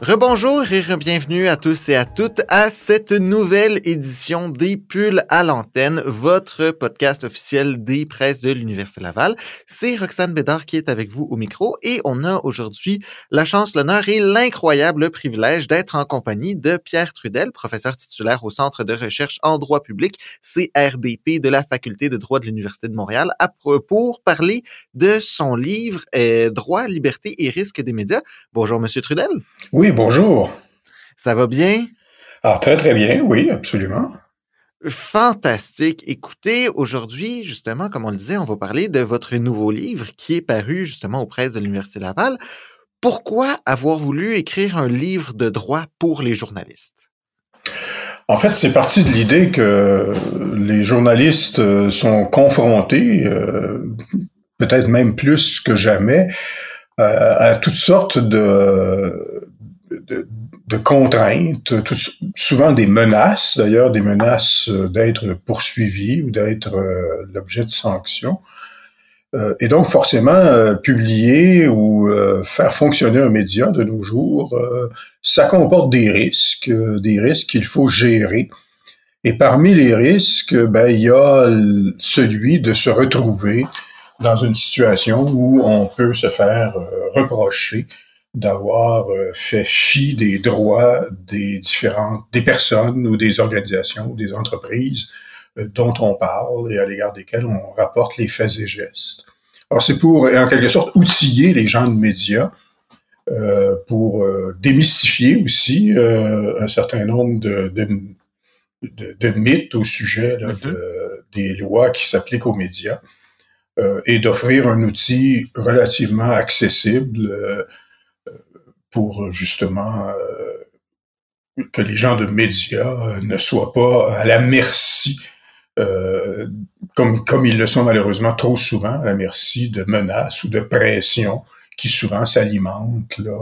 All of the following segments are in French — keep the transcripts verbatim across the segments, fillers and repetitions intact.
Rebonjour et bienvenue à tous et à toutes à cette nouvelle édition des Pulls à l'antenne, votre podcast officiel des presses de l'Université Laval. C'est Roxane Bédard qui est avec vous au micro et on a aujourd'hui la chance, l'honneur et l'incroyable privilège d'être en compagnie de Pierre Trudel, professeur titulaire au Centre de recherche en droit public, C R D P de la Faculté de droit de l'Université de Montréal, pour parler de son livre euh, « Droit, liberté et risques des médias ». Bonjour, Monsieur Trudel. Oui, bonjour. Ça va bien? Ah, très, très bien, oui, absolument. Fantastique. Écoutez, aujourd'hui, justement, comme on le disait, on va parler de votre nouveau livre qui est paru justement aux presses de l'Université Laval. Pourquoi avoir voulu écrire un livre de droit pour les journalistes? En fait, c'est parti de l'idée que les journalistes sont confrontés, euh, peut-être même plus que jamais, euh, à toutes sortes de, de, de contraintes, tout, souvent des menaces, d'ailleurs des menaces d'être poursuivi ou d'être euh, l'objet de sanctions. Euh, et donc, forcément, euh, publier ou euh, faire fonctionner un média de nos jours, euh, ça comporte des risques, euh, des risques qu'il faut gérer. Et parmi les risques, ben, il y a celui de se retrouver dans une situation où on peut se faire euh, reprocher d'avoir euh, fait fi des droits des différentes, des personnes ou des organisations ou des entreprises euh, dont on parle et à l'égard desquelles on rapporte les faits et gestes. Alors c'est pour, en quelque sorte, outiller les gens de médias euh, pour euh, démystifier aussi euh, un certain nombre de, de, de, de mythes au sujet là, mm-hmm. de, des lois qui s'appliquent aux médias. Euh, et d'offrir un outil relativement accessible euh, pour justement euh, que les gens de médias ne soient pas à la merci, euh, comme, comme ils le sont malheureusement trop souvent, à la merci de menaces ou de pressions qui souvent s'alimentent là,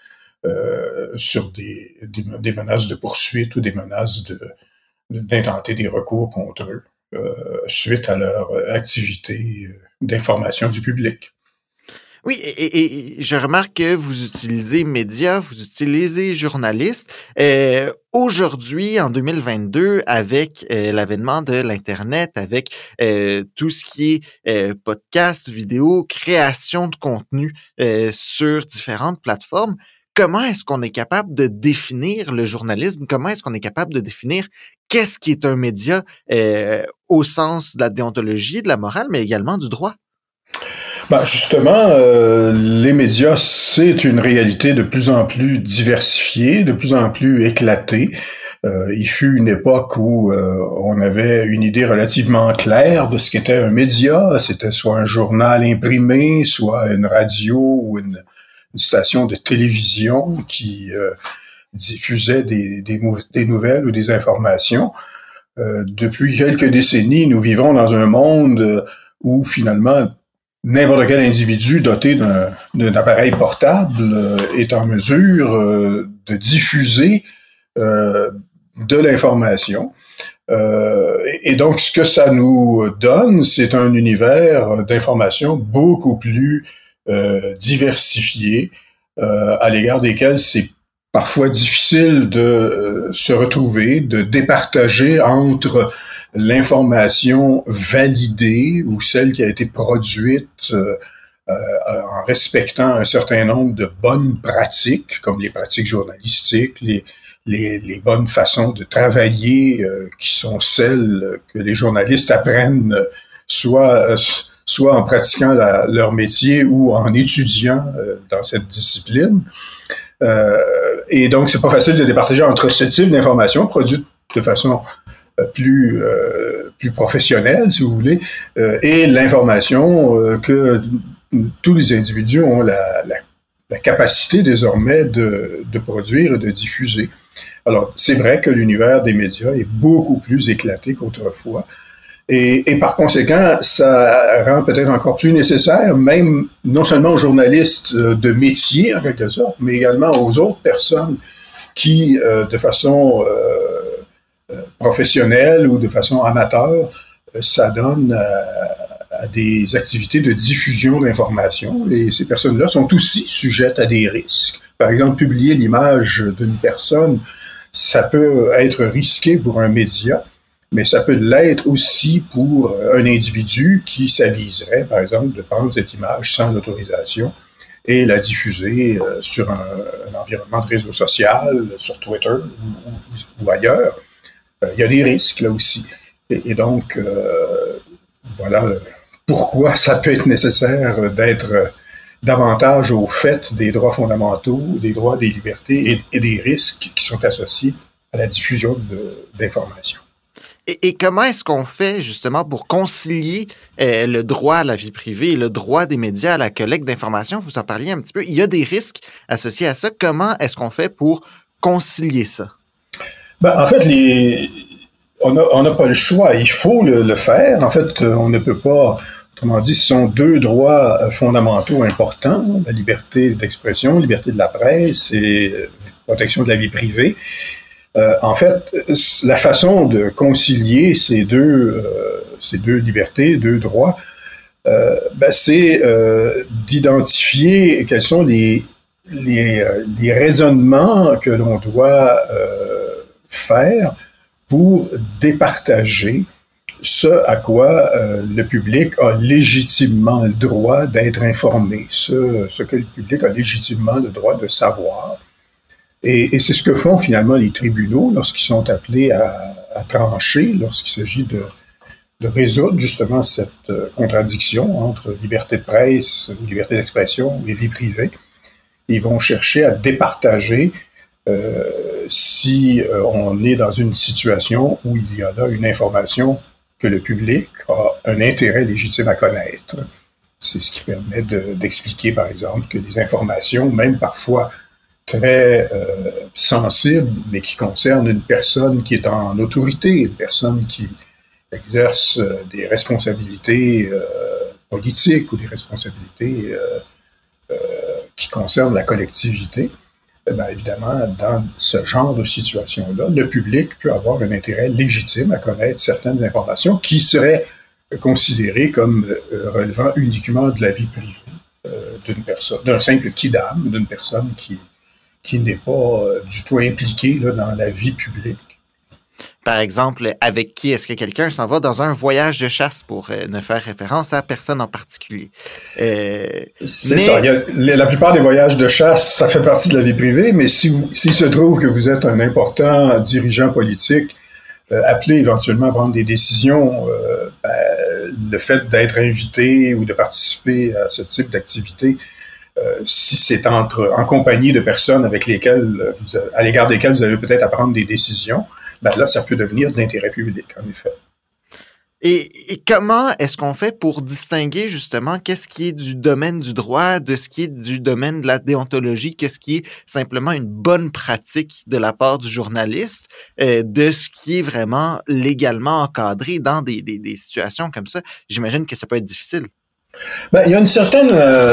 euh, sur des, des, des menaces de poursuite ou des menaces de, d'intenter des recours contre eux. Euh, suite à leur activité d'information du public. Oui, et, et, et je remarque que vous utilisez médias, vous utilisez journalistes. Euh, aujourd'hui, en deux mille vingt-deux, avec euh, l'avènement de l'Internet, avec euh, tout ce qui est euh, podcast, vidéo, création de contenu euh, sur différentes plateformes, comment est-ce qu'on est capable de définir le journalisme? Comment est-ce qu'on est capable de définir qu'est-ce qui est un média euh, au sens de la déontologie, de la morale, mais également du droit? Ben justement, euh, les médias, c'est une réalité de plus en plus diversifiée, de plus en plus éclatée. Euh, il fut une époque où euh, on avait une idée relativement claire de ce qu'était un média. C'était soit un journal imprimé, soit une radio ou une, une station de télévision qui euh, diffusait des, des, des nouvelles ou des informations. Euh, depuis quelques décennies, nous vivons dans un monde où finalement n'importe quel individu doté d'un, d'un appareil portable euh, est en mesure euh, de diffuser euh, de l'information. Euh, et, et donc, ce que ça nous donne, c'est un univers d'information beaucoup plus euh, diversifié, euh, à l'égard desquels c'est parfois difficile de euh, se retrouver, de départager entre l'information validée ou celle qui a été produite euh, euh, en respectant un certain nombre de bonnes pratiques, comme les pratiques journalistiques, les, les, les bonnes façons de travailler euh, qui sont celles que les journalistes apprennent soit, euh, soit en pratiquant la, leur métier ou en étudiant euh, dans cette discipline. Euh, et donc, c'est pas facile de départager entre ce type d'information produite de façon plus euh, plus professionnelle, si vous voulez, euh, et l'information euh, que tous les individus ont la, la, la capacité désormais de, de produire et de diffuser. Alors, c'est vrai que l'univers des médias est beaucoup plus éclaté qu'autrefois. Et, et par conséquent, ça rend peut-être encore plus nécessaire, même non seulement aux journalistes de métier, en quelque sorte, mais également aux autres personnes qui, euh, de façon euh, professionnelle ou de façon amateur, s'adonnent à, à des activités de diffusion d'informations. Et ces personnes-là sont aussi sujettes à des risques Par exemple, publier l'image d'une personne, ça peut être risqué pour un média, mais ça peut l'être aussi pour un individu qui s'aviserait, par exemple, de prendre cette image sans autorisation et la diffuser euh, sur un, un environnement de réseau social, sur Twitter ou, ou, ou ailleurs. Euh, il y a des risques là aussi. Et, et donc, euh, voilà pourquoi ça peut être nécessaire d'être davantage au fait des droits fondamentaux, des droits, des libertés et, et des risques qui sont associés à la diffusion de, d'informations. Et, et comment est-ce qu'on fait justement pour concilier euh, le droit à la vie privée et le droit des médias à la collecte d'informations? Vous en parliez un petit peu. Il y a des risques associés à ça. Comment est-ce qu'on fait pour concilier ça? Ben, en fait, les... on n'a on n'a pas le choix. Il faut le, le faire. En fait, on ne peut pas... Autrement dit, ce sont deux droits fondamentaux importants, la liberté d'expression, la liberté de la presse et la protection de la vie privée. Euh, en fait, la façon de concilier ces deux, euh, ces deux libertés, deux droits, euh, ben c'est euh, d'identifier quels sont les, les, les raisonnements que l'on doit euh, faire pour départager ce à quoi euh, le public a légitimement le droit d'être informé, ce, ce que le public a légitimement le droit de savoir. Et, et c'est ce que font finalement les tribunaux lorsqu'ils sont appelés à, à trancher, lorsqu'il s'agit de, de résoudre justement cette euh, contradiction entre liberté de presse, liberté d'expression et vie privée. Ils vont chercher à départager euh, si euh, on est dans une situation où il y a là une information que le public a un intérêt légitime à connaître. C'est ce qui permet de, d'expliquer, par exemple, que des informations, même parfois très euh, sensibles, mais qui concernent une personne qui est en autorité, une personne qui exerce euh, des responsabilités euh, politiques ou des responsabilités euh, euh, qui concernent la collectivité, eh bien, évidemment, dans ce genre de situation-là, le public peut avoir un intérêt légitime à connaître certaines informations qui seraient considérées comme euh, relevant uniquement de la vie privée euh, d'une personne, d'un simple quidam, d'une personne qui, qui n'est pas euh, du tout impliquée là, dans la vie publique. Par exemple, avec qui est-ce que quelqu'un s'en va dans un voyage de chasse, pour euh, ne faire référence à personne en particulier? Euh, C'est mais... ça. Il y a, la plupart des voyages de chasse, ça fait partie de la vie privée, mais si vous, s'il se trouve que vous êtes un important dirigeant politique, euh, appelé éventuellement à prendre des décisions, euh, ben, le fait d'être invité ou de participer à ce type d'activité, euh, si c'est entre, en compagnie de personnes avec lesquelles vous, à l'égard desquelles vous avez peut-être à prendre des décisions, ben là, ça peut devenir d'intérêt public, en effet. Et, et comment est-ce qu'on fait pour distinguer justement qu'est-ce qui est du domaine du droit de ce qui est du domaine de la déontologie, qu'est-ce qui est simplement une bonne pratique de la part du journaliste, euh, de ce qui est vraiment légalement encadré dans des, des, des situations comme ça? J'imagine que ça peut être difficile. Ben, il y a une certaine,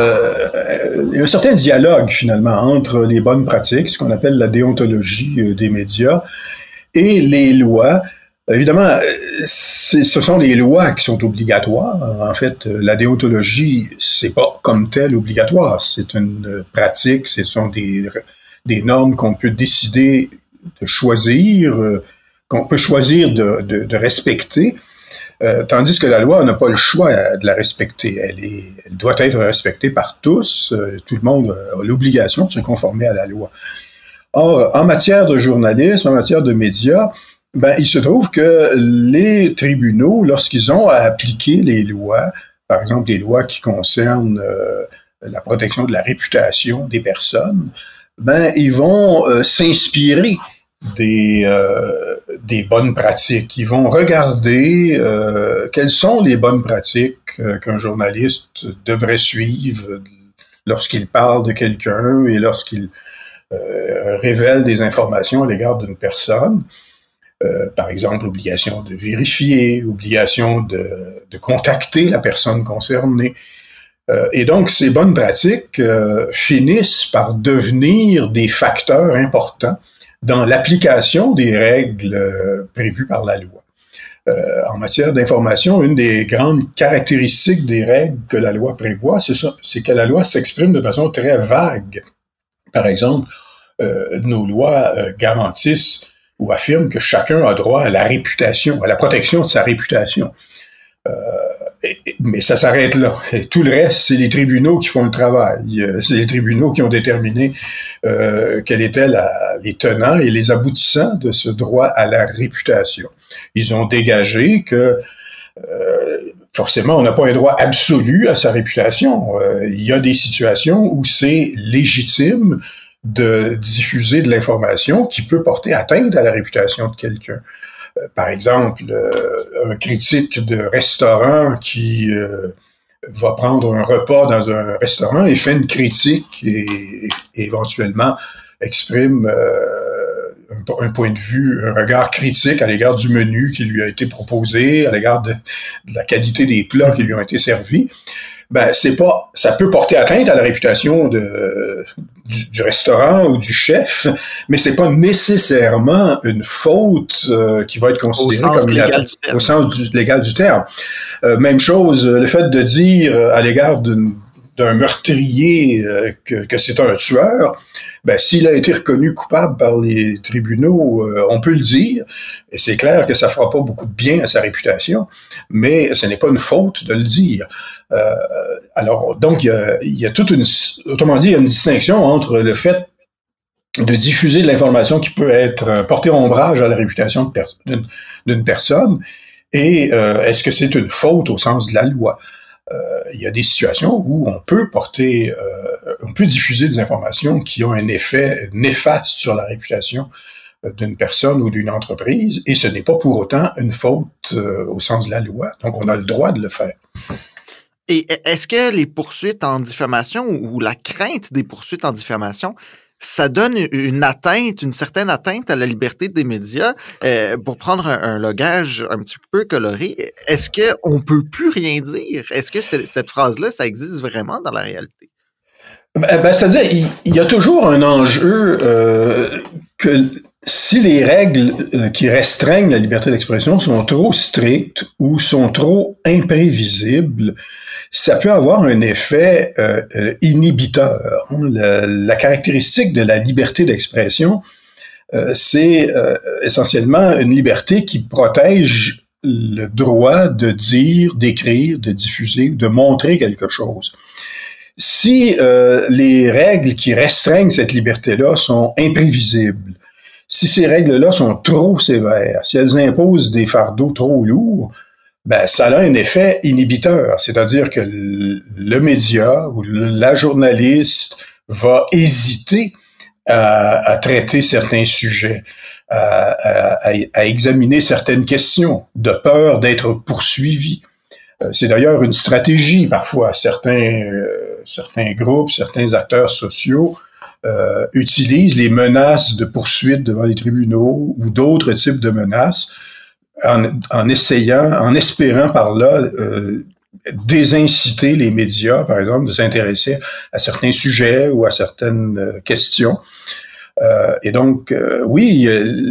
euh, il y a un certain dialogue finalement entre les bonnes pratiques, ce qu'on appelle la déontologie des médias, et les lois. Évidemment, c'est, ce sont les lois qui sont obligatoires. En fait, la déontologie, c'est pas comme telle obligatoire. C'est une pratique, ce sont des, des normes qu'on peut décider de choisir, qu'on peut choisir de, de, de respecter. Euh, tandis que la loi n'a pas le choix de la respecter. Elle, est, elle doit être respectée par tous. Euh, tout le monde a l'obligation de se conformer à la loi. Or, en matière de journalisme, en matière de médias, ben, il se trouve que les tribunaux, lorsqu'ils ont à appliquer les lois, par exemple les lois qui concernent euh, la protection de la réputation des personnes, ben, ils vont euh, s'inspirer des, euh, des bonnes pratiques. Ils vont regarder euh, quelles sont les bonnes pratiques euh, qu'un journaliste devrait suivre lorsqu'il parle de quelqu'un et lorsqu'il euh, révèle des informations à l'égard d'une personne. Euh, par exemple, obligation de vérifier, obligation de, de contacter la personne concernée. Euh, et donc, ces bonnes pratiques euh, finissent par devenir des facteurs importants dans l'application des règles euh, prévues par la loi. Euh, en matière d'information, une des grandes caractéristiques des règles que la loi prévoit, c'est ça, c'est que la loi s'exprime de façon très vague Par exemple, euh, nos lois euh, garantissent ou affirment que chacun a droit à la réputation, à la protection de sa réputation. Euh, et, et, mais ça s'arrête là. Et tout le reste, c'est les tribunaux qui font le travail. C'est les tribunaux qui ont déterminé euh, quels étaient la, les tenants et les aboutissants de ce droit à la réputation. Ils ont dégagé que euh, forcément, on n'a pas un droit absolu à sa réputation. Euh, il y a des situations où c'est légitime de diffuser de l'information qui peut porter atteinte à la réputation de quelqu'un. Euh, par exemple, euh, un critique de restaurant qui euh, va prendre un repas dans un restaurant et fait une critique et, et éventuellement exprime euh, un, un point de vue, un regard critique à l'égard du menu qui lui a été proposé, à l'égard de, de la qualité des plats qui lui ont été servis. Ben, c'est pas, ça peut porter atteinte à la réputation de, du, du restaurant ou du chef, mais c'est pas nécessairement une faute euh, qui va être considérée comme une atteinte au sens du, légal du terme. Euh, même chose, le fait de dire à l'égard d'une d'un meurtrier euh, que, que c'est un tueur, ben s'il a été reconnu coupable par les tribunaux, euh, on peut le dire, et c'est clair que ça fera pas beaucoup de bien à sa réputation, mais ce n'est pas une faute de le dire. Euh, alors, donc, il y a, il y a toute une... Autrement dit, il y a une distinction entre le fait de diffuser de l'information qui peut être porter ombrage à la réputation de pers- d'une, d'une personne, et euh, est-ce que c'est une faute au sens de la loi? Euh, il y a des situations où on peut porter, euh, on peut diffuser des informations qui ont un effet néfaste sur la réputation d'une personne ou d'une entreprise, et ce n'est pas pour autant une faute euh, au sens de la loi. Donc, on a le droit de le faire. Et est-ce que les poursuites en diffamation ou la crainte des poursuites en diffamation, ça donne une atteinte, une certaine atteinte à la liberté des médias? Euh, pour prendre un, un langage un petit peu coloré, est-ce qu'on ne peut plus rien dire? Est-ce que cette phrase-là, ça existe vraiment dans la réalité? Ben, ben, c'est-à-dire, il, il y a toujours un enjeu euh, que si les règles euh, qui restreignent la liberté d'expression sont trop strictes ou sont trop imprévisibles, ça peut avoir un effet euh, euh, inhibiteur. La, la caractéristique de la liberté d'expression, euh, c'est euh, essentiellement une liberté qui protège le droit de dire, d'écrire, de diffuser, de montrer quelque chose. Si euh, les règles qui restreignent cette liberté-là sont imprévisibles, si ces règles-là sont trop sévères, si elles imposent des fardeaux trop lourds, ben ça a un effet inhibiteur, c'est-à-dire que le média ou la journaliste va hésiter à, à traiter certains sujets, à, à, à examiner certaines questions, de peur d'être poursuivi. C'est d'ailleurs une stratégie parfois. Certains, euh, certains groupes, certains acteurs sociaux euh, utilisent les menaces de poursuite devant les tribunaux ou d'autres types de menaces en, en essayant, en espérant par là euh, désinciter les médias, par exemple, de s'intéresser à certains sujets ou à certaines questions. Euh, et donc, euh, oui,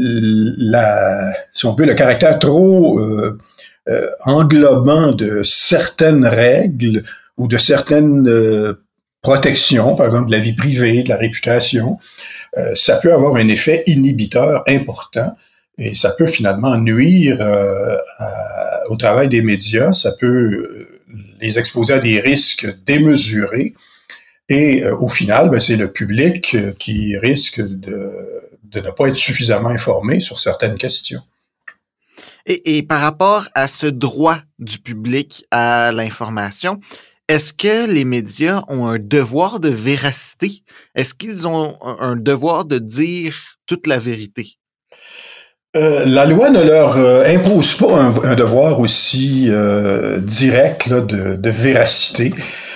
la, si on veut, le caractère trop euh, euh, englobant de certaines règles ou de certaines euh, protections, par exemple de la vie privée, de la réputation, euh, ça peut avoir un effet inhibiteur important et ça peut finalement nuire euh, à, au travail des médias, ça peut les exposer à des risques démesurés. Et euh, au final, ben, c'est le public euh, qui risque de, de ne pas être suffisamment informé sur certaines questions. Et, et par rapport à ce droit du public à l'information, est-ce que les médias ont un devoir de véracité? Est-ce qu'ils ont un devoir de dire toute la vérité? Euh, la loi ne leur euh, impose pas un, un devoir aussi euh, direct là, de, de véracité.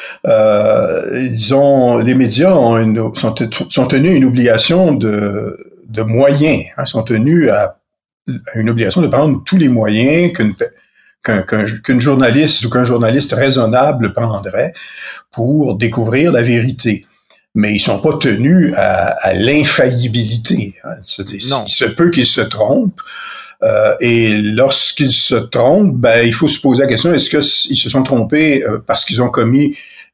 Euh, disons, les médias ont une, sont, sont tenus à une obligation de, de moyens, hein, sont tenus à, à une obligation de prendre tous les moyens qu'une, qu'un, qu'un, qu'une journaliste ou qu'un journaliste raisonnable prendrait pour découvrir la vérité. Mais ils sont pas tenus à, à l'infaillibilité. Hein. C'est-à-dire, il se peut qu'ils se trompent. Euh, et lorsqu'ils se trompent, ben il faut se poser la question, est-ce qu'ils se sont trompés parce qu'ils ont commis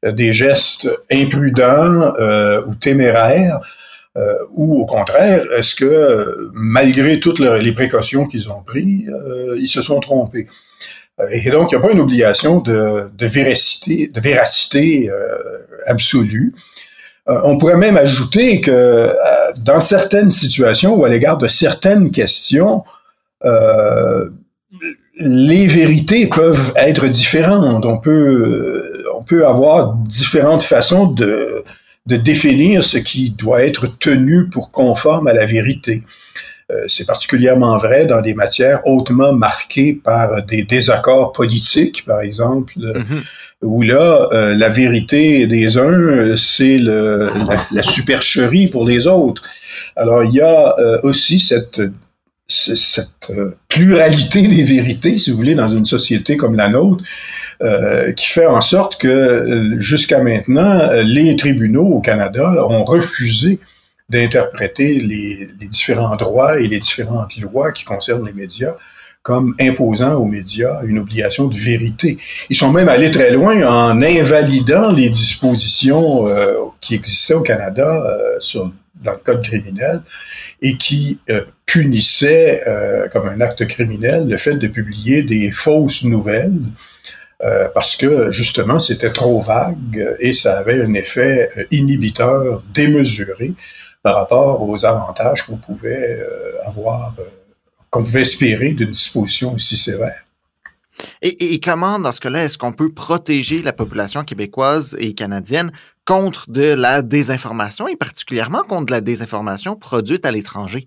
des gestes imprudents euh, ou téméraires, euh, ou au contraire, est-ce que malgré toutes les précautions qu'ils ont prises, euh, ils se sont trompés? Et donc, il n'y a pas une obligation de, de véracité, de véracité euh, absolue. Euh, on pourrait même ajouter que euh, dans certaines situations ou à l'égard de certaines questions, euh, les vérités peuvent être différentes. On peut, on peut avoir différentes façons de, de définir ce qui doit être tenu pour conforme à la vérité. Euh, c'est particulièrement vrai dans des matières hautement marquées par des désaccords politiques, par exemple, mm-hmm. où là, euh, la vérité des uns, c'est le, la, la supercherie pour les autres. Alors, il y a euh, aussi cette cette pluralité des vérités, si vous voulez, dans une société comme la nôtre, euh, qui fait en sorte que jusqu'à maintenant, les tribunaux au Canada ont refusé d'interpréter les, les différents droits et les différentes lois qui concernent les médias comme imposant aux médias une obligation de vérité. Ils sont même allés très loin en invalidant les dispositions euh, qui existaient au Canada euh, sur, dans le code criminel et qui euh, punissaient euh, comme un acte criminel le fait de publier des fausses nouvelles euh, parce que justement c'était trop vague et ça avait un effet inhibiteur démesuré par rapport aux avantages qu'on pouvait euh, avoir, euh, qu'on pouvait espérer d'une disposition aussi sévère. Et, et comment, dans ce cas-là, est-ce qu'on peut protéger la population québécoise et canadienne contre de la désinformation et particulièrement contre de la désinformation produite à l'étranger?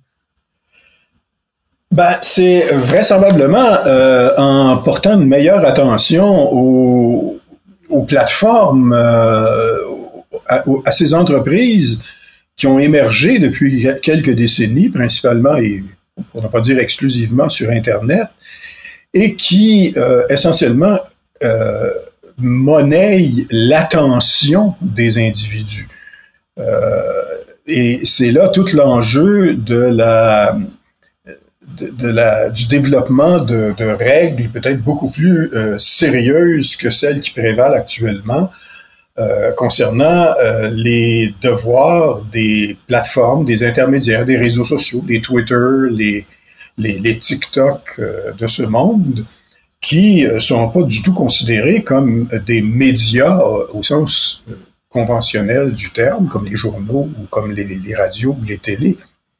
Ben, c'est vraisemblablement euh, en portant une meilleure attention aux, aux plateformes, euh, à, à ces entreprises qui ont émergé depuis quelques décennies, principalement et pour ne pas dire exclusivement sur Internet, et qui euh, essentiellement euh, monnaient l'attention des individus. Euh, et c'est là tout l'enjeu de la, de, de la, du développement de, de règles peut-être beaucoup plus euh, sérieuses que celles qui prévalent actuellement, Euh, concernant euh, les devoirs des plateformes, des intermédiaires, des réseaux sociaux, les Twitter, les, les, les TikTok euh, de ce monde, qui ne sont pas du tout considérés comme des médias euh, au sens euh, conventionnel du terme, comme les journaux ou comme les, les radios ou les télés.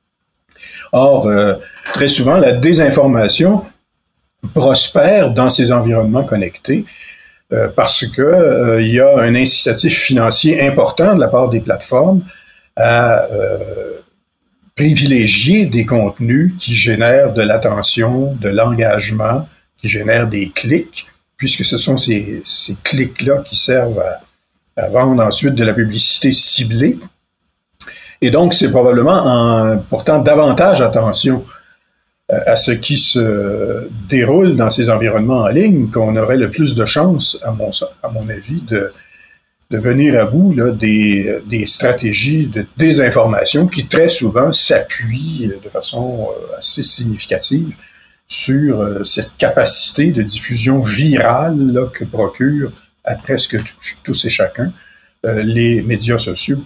Or, euh, très souvent, la désinformation prospère dans ces environnements connectés, Euh, parce que euh, il y a un incitatif financier important de la part des plateformes à euh, privilégier des contenus qui génèrent de l'attention, de l'engagement, qui génèrent des clics, puisque ce sont ces, ces clics-là qui servent à, à vendre ensuite de la publicité ciblée. Et donc, c'est probablement en portant davantage attention à ce qui se déroule dans ces environnements en ligne, qu'on aurait le plus de chances, à mon, à mon avis, de, de venir à bout là, des, des stratégies de désinformation qui très souvent s'appuient de façon assez significative sur cette capacité de diffusion virale là, que procurent à presque tous et chacun euh, les médias sociaux.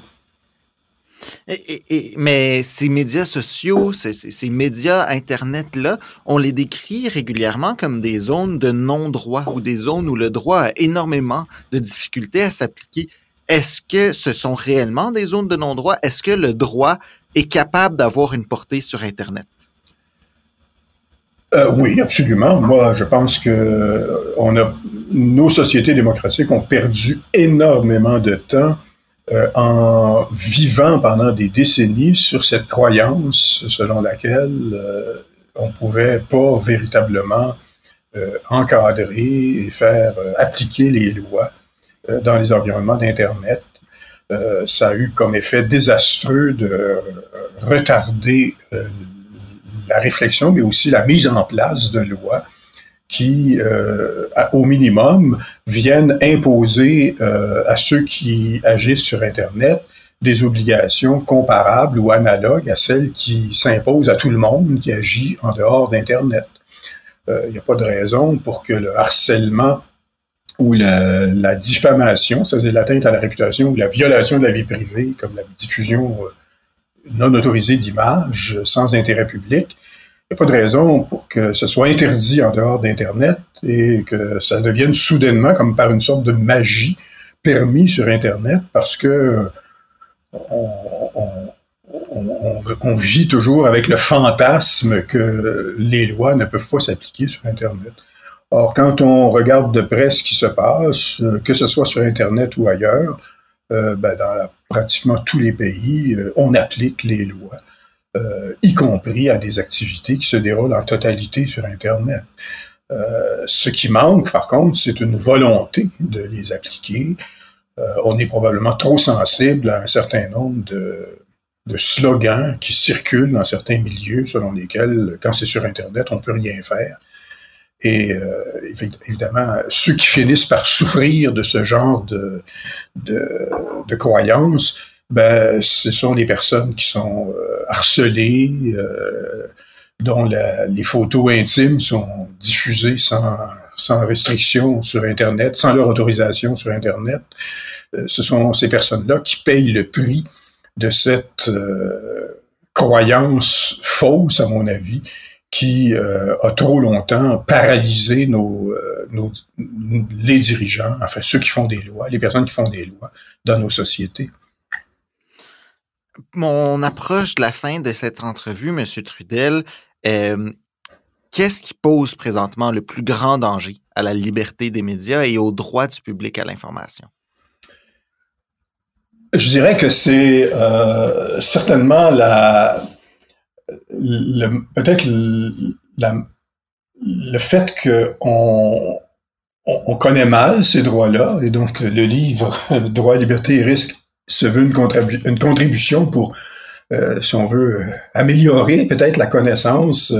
Et, et, et, mais ces médias sociaux, ces, ces médias Internet-là, on les décrit régulièrement comme des zones de non-droit ou des zones où le droit a énormément de difficultés à s'appliquer. Est-ce que ce sont réellement des zones de non-droit? Est-ce que le droit est capable d'avoir une portée sur Internet? Euh, oui, absolument. Moi, je pense que euh, on a, nos sociétés démocratiques ont perdu énormément de temps Euh, en vivant pendant des décennies sur cette croyance selon laquelle euh, on pouvait pas véritablement euh, encadrer et faire euh, appliquer les lois euh, dans les environnements d'Internet. Euh, ça a eu comme effet désastreux de euh, retarder euh, la réflexion, mais aussi la mise en place de lois qui, euh, au minimum, viennent imposer euh, à ceux qui agissent sur Internet des obligations comparables ou analogues à celles qui s'imposent à tout le monde qui agit en dehors d'Internet. Il euh, n'y a pas de raison pour que le harcèlement ou la, la diffamation, c'est-à-dire l'atteinte à la réputation ou la violation de la vie privée, comme la diffusion non autorisée d'images sans intérêt public. Il n'y a pas de raison pour que ce soit interdit en dehors d'Internet et que ça devienne soudainement, comme par une sorte de magie, permis sur Internet parce que on, on, on, on vit toujours avec le fantasme que les lois ne peuvent pas s'appliquer sur Internet. Or, quand on regarde de près ce qui se passe, que ce soit sur Internet ou ailleurs, euh, ben dans la, pratiquement tous les pays, euh, on applique les lois, euh, y compris à des activités qui se déroulent en totalité sur Internet. Euh, ce qui manque, par contre, c'est une volonté de les appliquer. Euh, on est probablement trop sensible à un certain nombre de, de slogans qui circulent dans certains milieux selon lesquels, quand c'est sur Internet, on peut rien faire. Et euh, évidemment, ceux qui finissent par souffrir de ce genre de, de, de croyances, ben, ce sont les personnes qui sont euh, harcelées, euh, dont la, les photos intimes sont diffusées sans, sans restriction sur Internet, sans leur autorisation sur Internet. Euh, ce sont ces personnes-là qui payent le prix de cette euh, croyance fausse, à mon avis, qui euh, a trop longtemps paralysé nos, euh, nos, les dirigeants, enfin ceux qui font des lois, les personnes qui font des lois dans nos sociétés. On approche de la fin de cette entrevue, M. Trudel. Euh, qu'est-ce qui pose présentement le plus grand danger à la liberté des médias et au droit du public à l'information? Je dirais que c'est euh, certainement la... Le, peut-être le, la, le fait qu'on on, on connaît mal ces droits-là, et donc le livre « Droit, liberté et risque » se veut une, contribu- une contribution pour, euh, si on veut, améliorer peut-être la connaissance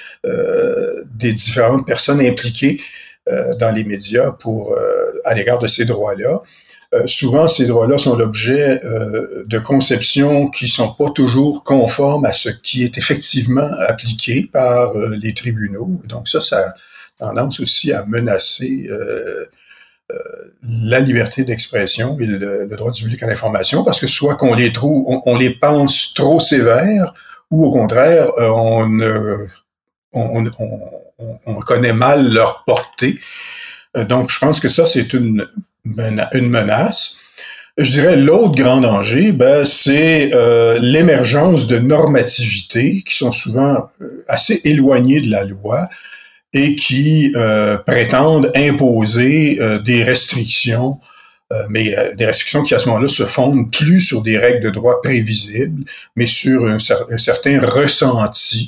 euh, des différentes personnes impliquées euh, dans les médias pour euh, à l'égard de ces droits-là. Euh, souvent, ces droits-là sont l'objet euh, de conceptions qui sont pas toujours conformes à ce qui est effectivement appliqué par euh, les tribunaux. Donc ça, ça a tendance aussi à menacer euh, euh, la liberté d'expression et le, le droit du public à l'information, parce que soit qu'on les trouve, on, on les pense trop sévères, ou au contraire, euh, on, euh, on, on, on, on connaît mal leur portée. Euh, donc, je pense que ça, c'est une une menace. Je dirais l'autre grand danger, ben, c'est euh, l'émergence de normativités qui sont souvent assez éloignées de la loi et qui euh, prétendent imposer euh, des restrictions, euh, mais euh, des restrictions qui à ce moment-là se fondent plus sur des règles de droit prévisibles, mais sur un, un certain ressenti.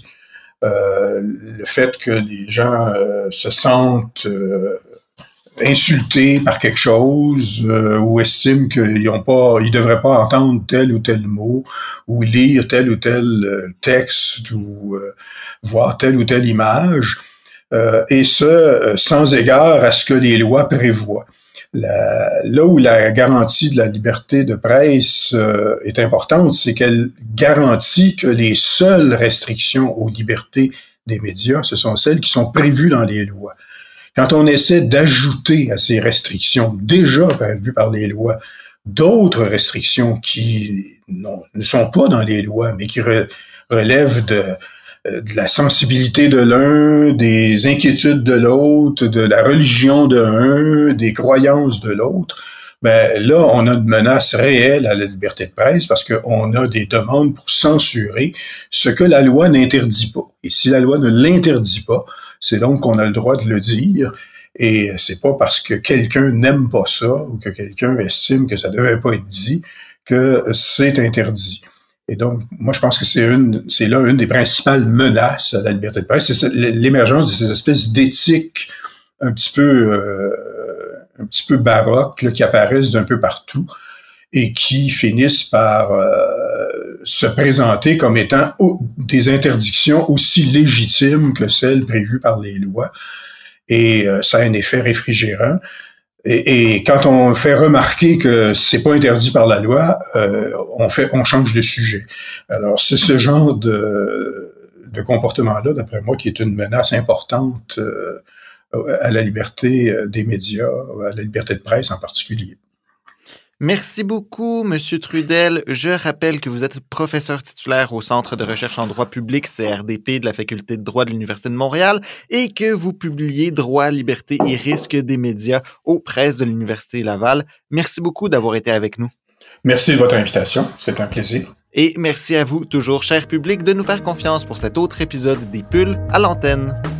Euh, le fait que les gens euh, se sentent euh, insultés par quelque chose euh, ou estiment qu'ils n'ont pas, ils devraient pas entendre tel ou tel mot ou lire tel ou tel euh, texte ou euh, voir telle ou telle image, euh, et ce euh, sans égard à ce que les lois prévoient. La, là où la garantie de la liberté de presse euh, est importante, c'est qu'elle garantit que les seules restrictions aux libertés des médias, ce sont celles qui sont prévues dans les lois. Quand on essaie d'ajouter à ces restrictions déjà prévues par les lois d'autres restrictions qui non, ne sont pas dans les lois, mais qui re, relèvent de, de la sensibilité de l'un, des inquiétudes de l'autre, de la religion de l'un, des croyances de l'autre, ben là, on a une menace réelle à la liberté de presse parce qu'on a des demandes pour censurer ce que la loi n'interdit pas. Et si la loi ne l'interdit pas, c'est donc qu'on a le droit de le dire, et c'est pas parce que quelqu'un n'aime pas ça ou que quelqu'un estime que ça devait pas être dit que c'est interdit. Et donc, moi, je pense que c'est une, c'est là une des principales menaces à la liberté de presse, c'est l'émergence de ces espèces d'éthiques un petit peu, euh, un petit peu baroques là, qui apparaissent d'un peu partout et qui finissent par euh, se présenter comme étant des interdictions aussi légitimes que celles prévues par les lois. Et euh, ça a un effet réfrigérant. Et, et quand on fait remarquer que c'est pas interdit par la loi, euh, on fait, on change de sujet. Alors c'est ce genre de, de comportement-là, d'après moi, qui est une menace importante euh, à la liberté des médias, à la liberté de presse en particulier. Merci beaucoup, Monsieur Trudel. Je rappelle que vous êtes professeur titulaire au Centre de recherche en droit public, C R D P, de la Faculté de droit de l'Université de Montréal, et que vous publiez Droit, liberté et risques des médias aux presses de l'Université Laval. Merci beaucoup d'avoir été avec nous. Merci de votre invitation. C'est un plaisir. Et merci à vous, toujours cher public, de nous faire confiance pour cet autre épisode des Pulls à l'antenne.